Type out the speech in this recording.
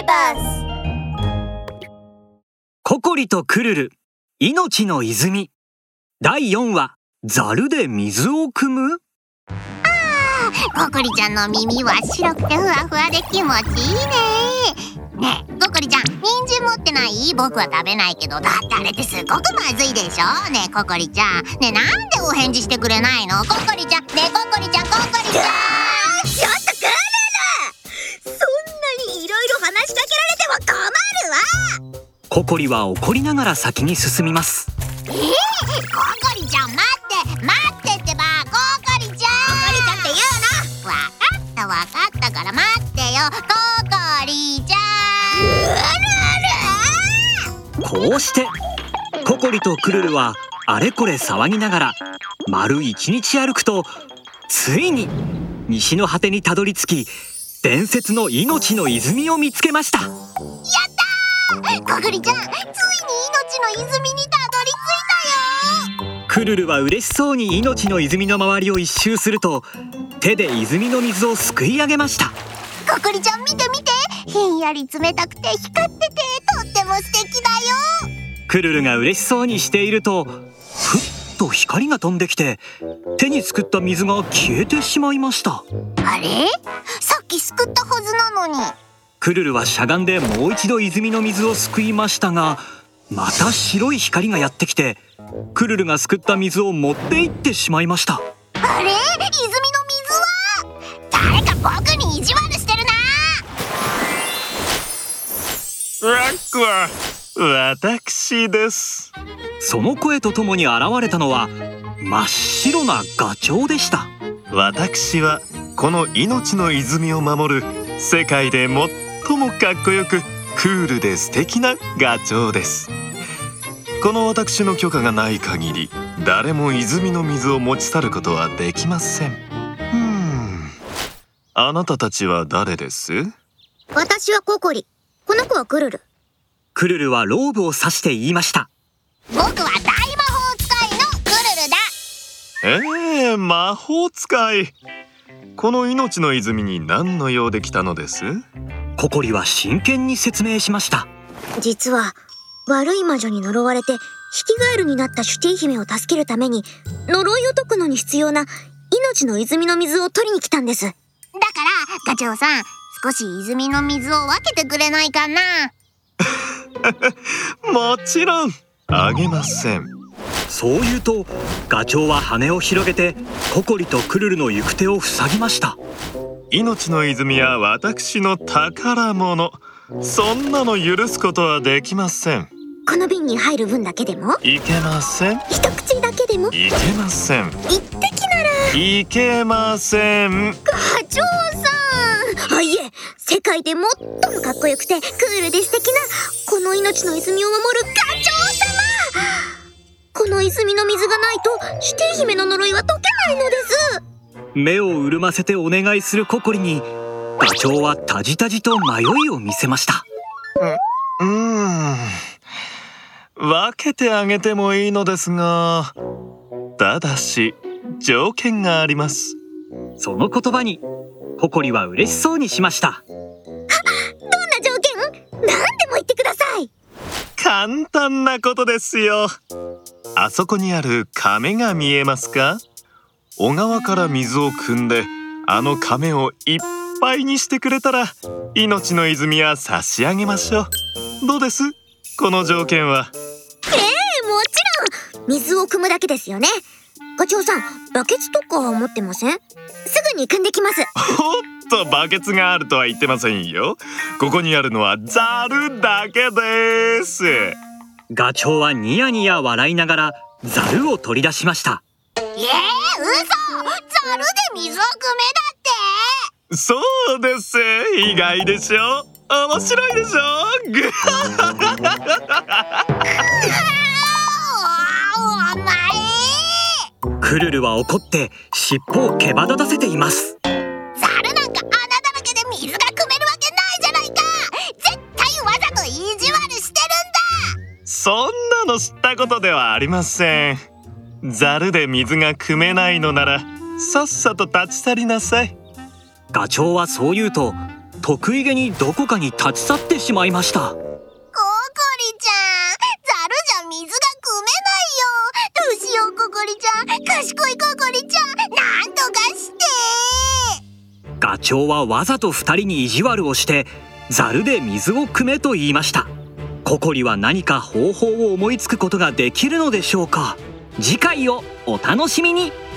ーバス。 ココリとクルル、命の泉。第4話、ザルで水を汲む。 ココリちゃんの耳は白くてふわふわで気持ちいいね。ねえココリちゃん、人参持ってない？僕は食べないけど、だってあれってすごくまずいでしょ。ねえココリちゃん、ねえなんでお返事してくれないの？ココリちゃん、ねえココリちゃん、ココリちゃん。 ちょっとクルル、そんなにいろいろ話しかけられても困るわ。 ココリは怒りながら先に進みます。 ココリちゃん待ってば、ココリちゃん。ココリちゃんって言うの？わかったから待ってよ、ココリちゃん。 こうしてココリとクルルはあれこれ騒ぎながら丸1日歩くと、ついに西の果てにたどり着き、伝説の命の泉を見つけました。 ココリちゃん、ついに命の泉にたどり着いたよ。 クルルは嬉しそうに命の泉の周りを一周すると、手で泉の水をすくい上げました。 ココリちゃん見て、ひんやり冷たくて光っててとっても素敵だよ。 クルルが嬉しそうにしていると、ふっと光が飛んできて、手にすくった水が消えてしまいました。 あれ？さっきすくったはずなのに。 クルルはしゃがんでもう一度泉の水をすくいましたが、また白い光がやってきて、クルルがすくった水を持って行ってしまいました。 あれ？泉の水は誰か僕に意地悪してるな。 ワックは私です。 その声とともに現れたのは真っ白なガチョウでした。 私はこの命の泉を守る世界で最もかっこよくクールで素敵なガチョウです。この私の許可がない限り、誰も泉の水を持ち去ることはできません。あなたたちは誰です？ 私はココリ、この子はクルル。 クルルはローブを指して言いました。 僕は大魔法使いのクルルだ。 魔法使い。この命の泉に何の用で来たのです？ ココリは真剣に説明しました。 実は悪い魔女に呪われてヒキガエルになったシュティ姫を助けるために、呪いを解くのに必要な命の泉の水を取りに来たんです。 だからガチョウさん、少し泉の水を分けてくれないかな。 もちろんあげません。 そう言うと、ガチョウは羽を広げてココリとクルルの行く手を塞ぎました。 命の泉は私の宝物。そんなの許すことはできません。 この瓶に入る分だけでも、 いけません。 一口だけでも、 いけません。 一滴なら。 いけません。 ガチョウさん、いえ、世界で最もかっこよくてクールで素敵なこの命の泉を守るガチョウ様。この泉の水がないとシュティ姫の呪いは解けないのです。 目を潤ませてお願いするココリに、ガチョウはタジタジと迷いを見せました。 分けてあげてもいいのですが、ただし条件があります。 その言葉にココリは嬉しそうにしました。 どんな条件？何でも言ってください。 簡単なことですよ。あそこにある亀が見えますか？小川から水を汲んで、あの亀をいっぱいにしてくれたら、命の泉は差し上げましょう。どうです？この条件は。 もちろん水を汲むだけですよね。ガチョウさん、バケツとか持ってません？すぐに汲んできます。 おっと、バケツがあるとは言ってませんよ。ここにあるのはザルだけです。 ガチョウはニヤニヤ笑いながらザルを取り出しました。 嘘！ザルで水を汲めだって？ そうです。意外でしょ？面白いでしょ？ お前！ クルルは怒って尻尾をけば立たせています。 ザルなんか穴だらけで水が汲めるわけないじゃないか。絶対わざと意地悪してるんだ。 そんなの知ったことではありません。ザルで水が汲めないのなら、さっさと立ち去りなさい。 ガチョウはそう言うと、 得意げにどこかに立ち去ってしまいました。 ココリちゃん、ザルじゃ水が汲めないよ。どうしようココリちゃん、賢いココリちゃん、なんとかして。 ガチョウはわざと2人に意地悪をしてザルで水を汲めと言いました。ココリは何か方法を思いつくことができるのでしょうか。次回をお楽しみに。